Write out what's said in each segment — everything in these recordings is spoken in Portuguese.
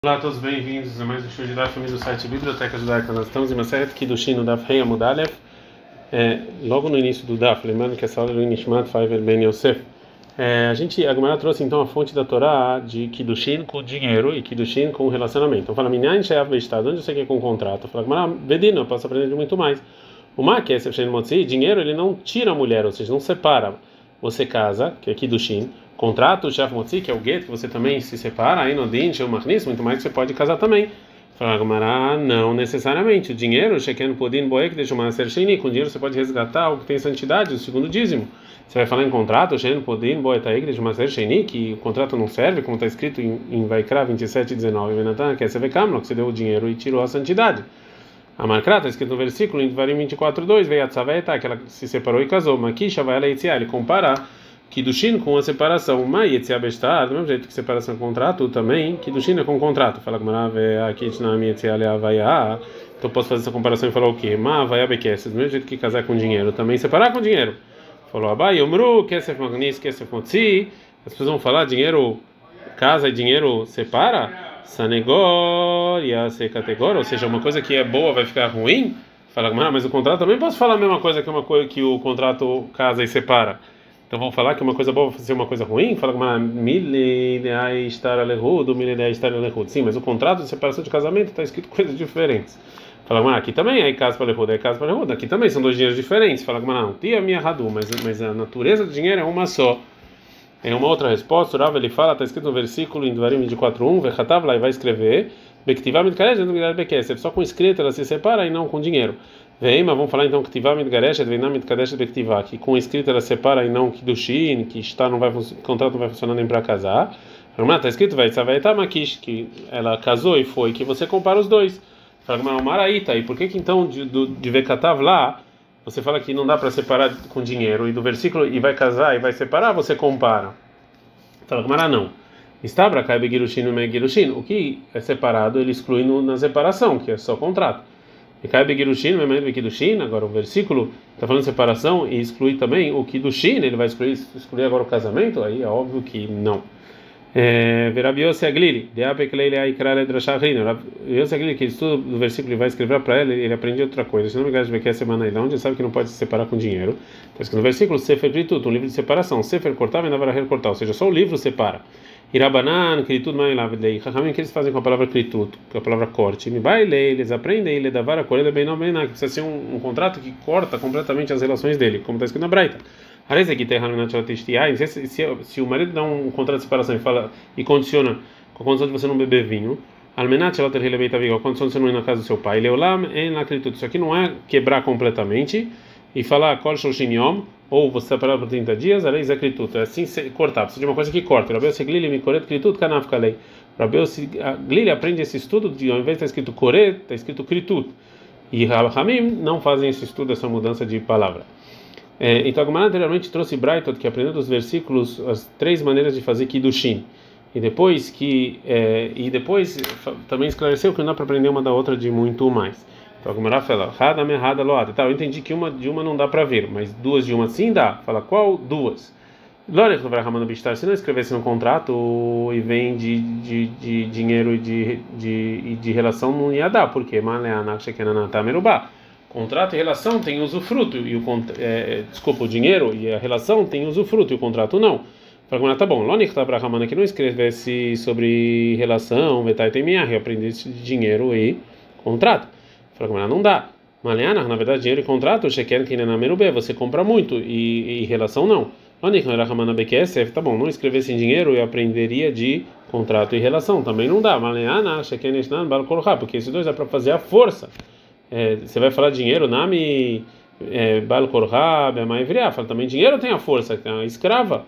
Olá a todos, bem-vindos a mais um show de Daf do site Biblioteca Judaica. Nós estamos em uma série aqui do Shino Daf Rei Amud Aleph, logo no início do Daf, lembrando que essa aula é do Nishmat Faivel Ben Yosef. A Gemara trouxe então a fonte da Torá de Kiddushin com dinheiro e Kiddushin com relacionamento. Então fala, Minyan Sheyav Beistad, onde você quer com contrato? Fala, Gemara, Bedino, eu posso aprender de muito mais. O Makesef Shein Motzi, dinheiro ele não tira a mulher, ou seja, não separa. Você casa, que é Kiddushin. Contrato, o Shaf Motzi, que é o gueto, que você também se separa, aí no Din, Sheu Machnis, muito mais que você pode casar também. Fala, Gamara, não necessariamente. O dinheiro, Sheken Podin Boek, deixa uma Sershini, com dinheiro você pode resgatar o que tem santidade, o segundo dízimo. Você vai falar em contrato, Sheken Podin Boetaik, deixa uma Sershini, que o contrato não serve, como está escrito em Vaikra 27:19, Venatan, que é Sevekamlo, que você deu o dinheiro e tirou a santidade. A Marcrata está escrito no versículo, em Dvarim 24:2, veio a Tzaveta, que ela se separou e casou. Makisha vai ela ele compara Kiddushin com a separação, mas Yetziá Bestar, do mesmo jeito que separação com contrato, também Kiddushin é com contrato. Fala com Marave, aqui na minha Yetziá Leavaiá. Então posso fazer essa comparação e falar o quê? Ma vai abequece, do mesmo jeito que casar com dinheiro, também separar com dinheiro. Falou Abai, Omru, Kesef Magnis, Kesef Motzi. As pessoas vão falar dinheiro casa e dinheiro separa? Sanegor, Yase categor, ou seja, uma coisa que é boa vai ficar ruim? Fala com mas o contrato também posso falar a mesma coisa que uma coisa que o contrato casa e separa. Então vamos falar que uma coisa boa vai ser uma coisa ruim? Fala com sim, mas o contrato de separação de casamento está escrito coisas diferentes. Fala com aqui também é casa para lehuda, é casa para lehuda. Aqui também são dois dinheiros diferentes. Fala com não, tia minha radu, mas a natureza do dinheiro é uma só. Em uma outra resposta, o Rav ele fala, está escrito no versículo em Dvarim 24:1, vechatav lá e vai escrever, bektivá mitgaresh, só com escrita ela se separa e não com dinheiro. Vem, mas vamos falar então que tivá mitgaresh, veinam mitgaresh bektivá, que com escrita ela separa e não kiddushin, que está não vai o contrato não vai funcionar nem para casar. Está escrito vai makish, que ela casou e foi, que você compara os dois. Fala uma maraíta, e por que então de vechatav lá você fala que não dá para separar com dinheiro, e do versículo e vai casar e vai separar, você compara? Fala com não. Estabra cai begirushin no megirushin. O que é separado, ele exclui na separação, que é só contrato. E cai begirushin no megirushin. Agora o versículo está falando de separação e exclui também o kiddushin, ele vai excluir agora o casamento? Aí é óbvio que não. Verabiose Aglili, de Apecleile a Ikrale Drashahrin. Verabiose Aglili, que estuda do versículo e vai escrever para ele aprende outra coisa. Se não me engano, vai querer semana aí, onde ele sabe que não pode se separar com dinheiro. Então, no versículo Sefer Kritut, um livro de separação. Sefer cortar, Vendavarahel cortar, ou seja, só o livro separa. Irabanan, Kritut, Mailavidei. Chachamim, que eles fazem com a palavra Kritut, com a palavra corte. Mibaile, eles aprendem, ele davara corrida bem não bem que precisa ser um contrato que corta completamente as relações dele, como está escrito na Braita. Se o marido dá um contrato de separação e fala e condiciona com a condição de você não beber vinho, a condição de você não ir na casa do seu pai, isso aqui não é quebrar completamente e falar ou você separar por 30 dias, é assim cortar, precisa de uma coisa que corta. Glili aprende esse estudo de ao invés de estar escrito koret, está escrito kritut, e Hamim não fazem esse estudo, essa mudança de palavra. Então a Gemara anteriormente trouxe Braitot, que aprendeu dos versículos as três maneiras de fazer Kiddushin. E depois também esclareceu que não dá para aprender uma da outra de muito mais. Então a Gemara fala, eu entendi que uma de uma não dá para ver, mas duas de uma sim dá. Fala, qual duas? Se não escrevesse no contrato e vem de dinheiro e de relação, não ia dar, porque contrato e relação tem usufruto e o dinheiro e a relação tem usufruto e o contrato não. Fala, tá bom. Lonik tá para Ramana que não escrevesse sobre relação, vetai tem minha, aprendesse de dinheiro e contrato. Fala, não dá. Maleana, na verdade, dinheiro e contrato, chequer que na merubê, você compra muito e relação não. Lonik Ramana BQSF, tá bom. Não escrevesse em dinheiro eu aprenderia de contrato e relação, também não dá. Maleana, chequer nesnan bal kolha, porque esses dois é para fazer a força. Você vai falar dinheiro, nami bal korha, fala também dinheiro tem a força, tem a escrava.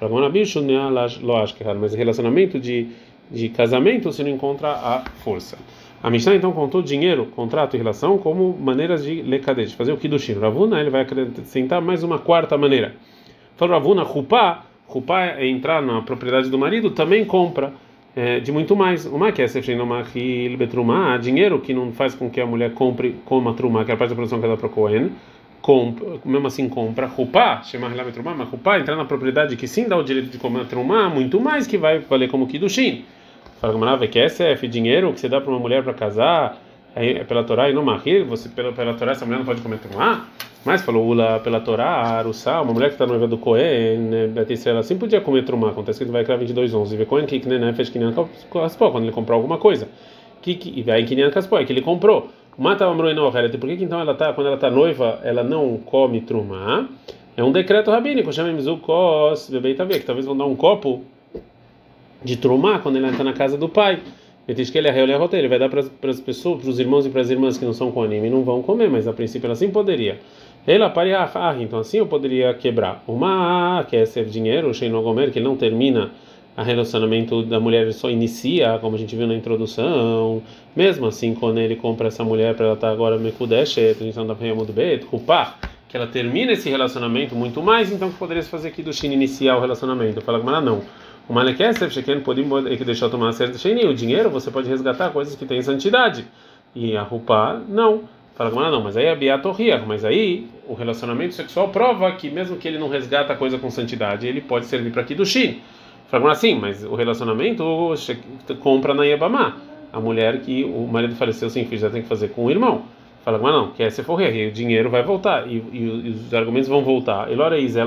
Mas relacionamento de casamento você não encontra a força. A Mishnah então contou dinheiro, contrato e relação como maneiras de lekadeh, de fazer o kiddushin. Ravuna ele vai acrescentar mais uma quarta maneira. Falou Ravuna, chupá é entrar na propriedade do marido, também compra de muito mais. Uma que é dinheiro que não faz com que a mulher coma trumá, que é a parte da produção que ela para Cohen, mesmo assim compra. Rupá, mas Rupá entrar na propriedade que sim dá o direito de comer trumá, muito mais que vai valer como kiddushin. Fala Gamara, KSF, dinheiro que você dá para uma mulher para casar, é pela Torá e não Mahir, você pela Torá essa mulher não pode comer trumá? Mas falou Ula pela Torá, Arussá, uma mulher que está noiva do Cohen, ela sim podia comer trumá. Acontece que ele vai criar 22:11. Vê Cohen que nem fez que nem Kaspó, quando ele comprou alguma coisa. E vai que nem Kaspó, é que ele comprou. Mata a mulher não, por que então ela tá, quando ela está noiva, ela não come trumá? É um decreto rabínico, chama Mizukos, Bebeitavê, que talvez vão dar um copo de trumá quando ele está na casa do pai. Ele vai dar para as pessoas, para os irmãos e para as irmãs que não são Kohanim e não vão comer, mas a princípio ela sim poderia. Ela paria, então assim eu poderia quebrar. Uma quer ser dinheiro, o Sheinogomer, que ele não termina o relacionamento da mulher, ele só inicia, como a gente viu na introdução. Mesmo assim, quando ele compra essa mulher para ela estar agora Mekudesh, a tradição da Peyamud Bet, culpar que ela termina esse relacionamento muito mais, então que poderia se fazer aqui do Shin iniciar o relacionamento. Fala que não. O Malekesef, Sheken, pode que deixar tomar certo Sheni. O dinheiro você pode resgatar coisas que têm santidade. E a roupa, não. Fala que não, mas aí é Biatorriach. Mas aí o relacionamento sexual prova que, mesmo que ele não resgata a coisa com santidade, ele pode servir para aqui do Shin. Fala que assim, mas o relacionamento compra na Yebamá. A mulher que o marido faleceu sem filho já tem que fazer com o irmão. Fala que não, quer se for e o dinheiro vai voltar. E os argumentos vão voltar. Eloreizé,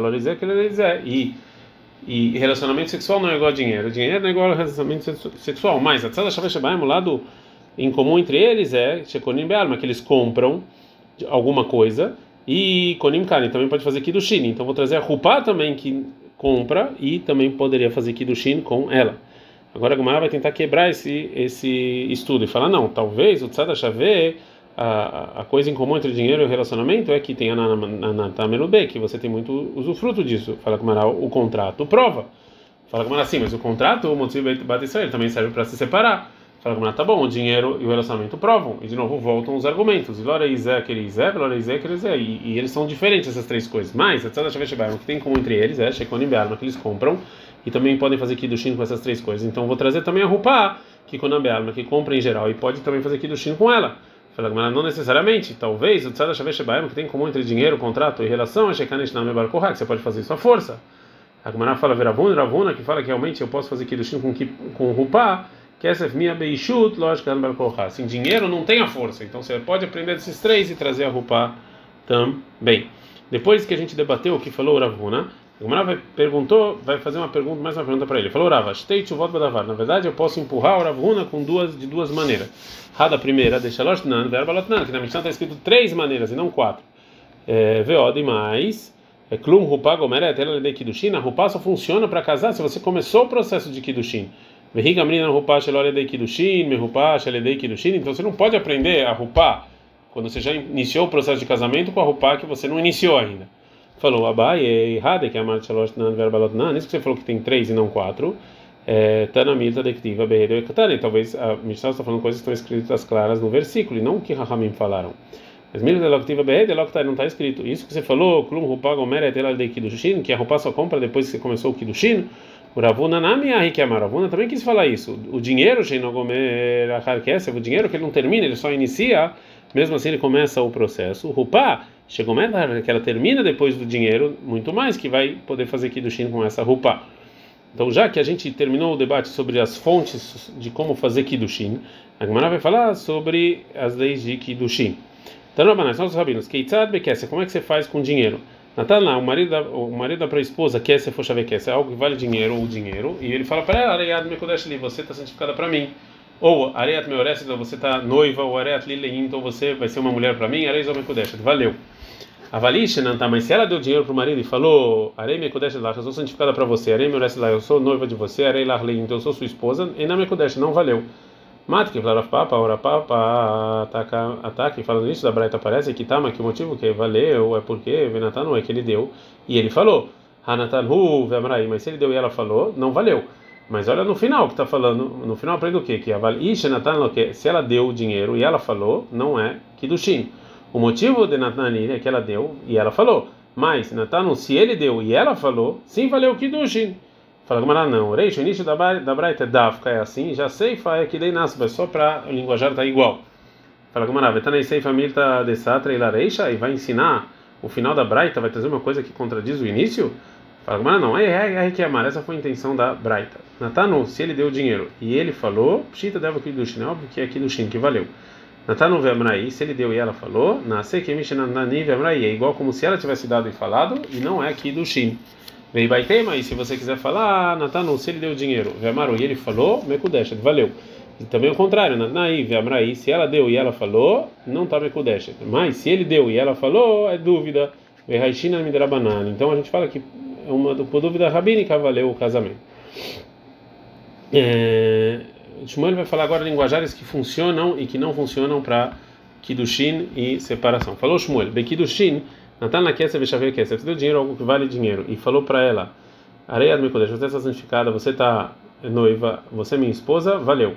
E relacionamento sexual não é igual a dinheiro. Dinheiro não é igual a relacionamento sexual. Mas a tzada shavesh, o lado em comum entre eles é shekonim be'alma, que eles compram alguma coisa, e konim kani também pode fazer kiddushin. Então vou trazer a Rupá também que compra e também poderia fazer kiddushin com ela. Agora a Gemara vai tentar quebrar esse estudo e falar não, talvez o tzada shavesh, a coisa em comum entre dinheiro e o relacionamento é que tem a Natamelubê, que você tem muito usufruto disso. Fala com o contrato prova. Fala com assim, mas o contrato, o motivo bate Israel, também serve para se separar. Fala com tá bom, o dinheiro e o relacionamento provam. E de novo voltam os argumentos. E eles são diferentes, essas três coisas. Mas, o que tem em comum entre eles é Shekonim Be'alma, que eles compram e também podem fazer Kiddushin com essas três coisas. Então vou trazer também a Rupá, que Konan Be'alma, que compra em geral e pode também fazer Kiddushin com ela. Fala, mas não necessariamente. Talvez o tzada shavesh shebaim, que tem em comum entre dinheiro, contrato e relação, é shekanesh na mebar kohak, você pode fazer isso à força. A Gemara fala Ravuna, que fala que realmente eu posso fazer kiddushin com rupá, que essa é minha beishut, lógica na mebar kohak. Assim, dinheiro não tem a força, então você pode aprender desses três e trazer a rupá também. Depois que a gente debateu o que falou Ravuna, a Gemara vai fazer mais uma pergunta para ele. Falou Rava, shtei tshuvot badavar. Na verdade, eu posso empurrar o Ravuna de duas maneiras. A primeira, deixa lotnan, verba lotnan, que na Mishnah está escrito 3 maneiras e não 4. Veod e mais. Klum rupá gomeret ela de kiddushin. A rupá só funciona para casar se você começou o processo de kiddushin. Vehiga menina rupá shelore de kiddushin, me rupá shelede kiddushin. Então você não pode aprender a rupá quando você já iniciou o processo de casamento com a rupá que você não iniciou ainda. Falou Abai e Hade que é a marcha lotnan, verba lotnan. Isso que você falou que tem 3 e não 4. Tanamilta dektiva behedo ekatane. Talvez a Mishnah está falando coisas que estão escritas claras no versículo e não o que Rahamim falaram. Mas milta dektiva behedo não está escrito. Isso que você falou, klum rupá gomeret ela de kiddushin, que a rupá só compra depois que você começou o kiddushin. O Ravuna nami ahi que amar. Ravuna também quis falar isso. O dinheiro sheinogomer achar kesef, o dinheiro que ele não termina, ele só inicia. Mesmo assim ele começa o processo. O rupá chegou que ela termina depois do dinheiro, muito mais que vai poder fazer kiddushin com essa rupá. Então, já que a gente terminou o debate sobre as fontes de como fazer Kiddushin, a Gemara vai falar sobre as leis de Kiddushin. Então, são os rabinos. Keitzad bekesef, como é que você faz com dinheiro? Natan o marido dá para a esposa, kesef ou shavekesef, é algo que vale dinheiro ou dinheiro, e ele fala para ela, Areiat mekodesh li, você está santificada para mim. Ou Areiat meores, então você está noiva, ou Areiat li leim, então você vai ser uma mulher para mim, Areiat mekodesh, valeu. Avalish, mas se ela deu dinheiro para o marido e falou, Arei Mekodesh lá, eu sou santificada para você, Arei Meores lá, eu sou noiva de você, Arei Larlei, então eu sou sua esposa, e na Mekodesh, não valeu. Mata que fala papa, ora papa, ataque, falando isso, da Braita aparece que tá, mas que o motivo que valeu é porque Venatan não é que ele deu, e ele falou, Hanatan Vemrai, mas se ele deu e ela falou, não valeu. Mas olha no final que está falando, no final aprende o quê? Que Avalish, Natan, se ela deu o dinheiro e ela falou, não é Kiddushin. O motivo de Natani é que ela deu e ela falou. Mas Natanu, se ele deu e ela falou, sim valeu o Kiddushin. Fala Gamara, não. Reish, o início da Braita Dafka é assim, já Seifa é que dei nasba, só para o linguajar tá igual. Fala Gamara, Vetanei Seifa Milta de Satra e Lareisha, e vai ensinar o final da Braita, vai trazer uma coisa que contradiz o início? Fala, mas não, aí que amar, essa foi a intenção da Braita. Natanu, se ele deu o dinheiro e ele falou, pshita deva kidushin, é óbvio que é kidushin, que valeu. Natanu ve'amrai, se ele deu e ela falou, nasce que mishnanani ve'amrai, é igual como se ela tivesse dado e falado, e não é kidushin. Vei baitema, e se você quiser falar, Natanu, se ele deu o dinheiro, ve'amaru, e ele falou, mekudeshet, valeu. E também o contrário, Natnai ve'amrai, se ela deu e ela falou, não tá mekudeshet. Mas se ele deu e ela falou, é dúvida. Ve'haishina midrabanan. Então a gente fala que por dúvida rabínica valeu o casamento. Shmuel vai falar agora linguajares que funcionam e que não funcionam para Kiddushin e separação. Falou Shmuel, Bekidushin, Natan na Kesef Veshavei Kesef, você deu dinheiro, algo que vale dinheiro, e falou para ela, Areia do Mekodesh, você está santificada, você está noiva, você é minha esposa, valeu.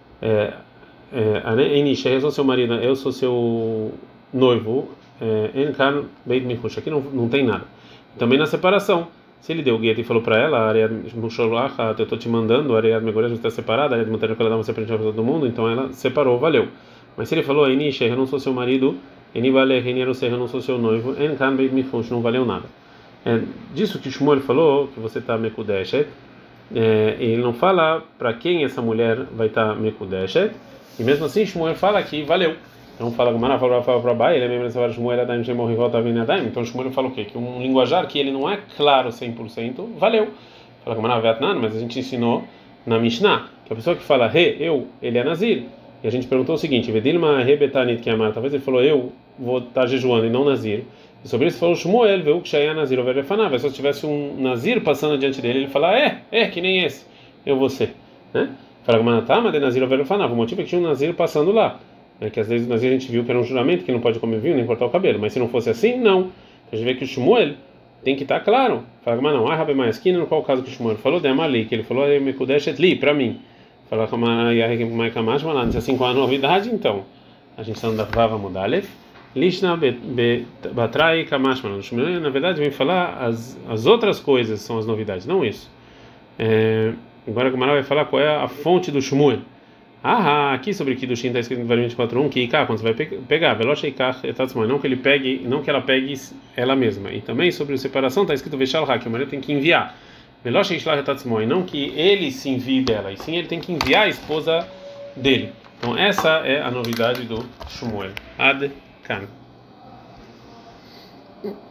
Enish, eu sou seu marido, eu sou seu noivo, Enkan Beit Michush, aqui não tem nada. Também na separação. Se ele deu o gueto e falou para ela, eu estou te mandando, a Ariad Megoresh está separada, a Ariad Monteiro que ela dá você frente a todo mundo, então ela separou, valeu. Mas se ele falou, Enish, eu não sou seu marido, Enivale, eu não sou seu noivo, Enkan Beit Michush, não valeu nada. Disso que Shmuel falou, que você está Mekudeshet, ele não fala para quem essa mulher vai estar Mekudeshet, e mesmo assim Shmuel fala que valeu. Então fala Gumara fala para Abai, ele é mesmo essa Shmuel Adaim Shemor e volta a vir Adaim. Então Shmuel fala o quê? Que um linguajar que ele não é claro 100%, valeu. Fala Gumara Vetnan, mas a gente ensinou na Mishnah que a pessoa que fala ele é Nazir. E a gente perguntou o seguinte: Vedilma Rebetanit que amar, talvez ele falou eu vou estar jejuando e não Nazir. E sobre isso falou Shmuel, viu que Shaya Nazir over Refanav. Se tivesse um Nazir passando diante dele, ele fala que nem esse, eu vou ser, né? Fala Gumara tá, mas de Nazir over Refanav. O motivo é que tinha um Nazir passando lá. Que às vezes a gente viu que era um juramento que não pode comer vinho nem cortar o cabelo, mas se não fosse assim, não. Então a gente vê que o Shmuel tem que estar claro. Fala, mas não, Rabi mais esquina, no qual caso que o Shmuel falou, de Amali, que ele falou, Mekudeshet li, para mim. Fala, mas assim com a novidade, então. A gente está andando Vava Mudalef, Lishna Batrai Kamashman. O Shmuel, na verdade, vem falar as outras coisas são as novidades, não isso. Agora a Gemara vai falar qual é a fonte do Shmuel. Aqui sobre Kiddushin está escrito no Varim 24:1 que quando você vai pegar, não que ele pegue, não que ela pegue ela mesma. E também sobre separação está escrito Veshalha, que o marido tem que enviar. Não que ele se envie dela, e sim ele tem que enviar a esposa dele. Então essa é a novidade do Shmuel. Ad Kan.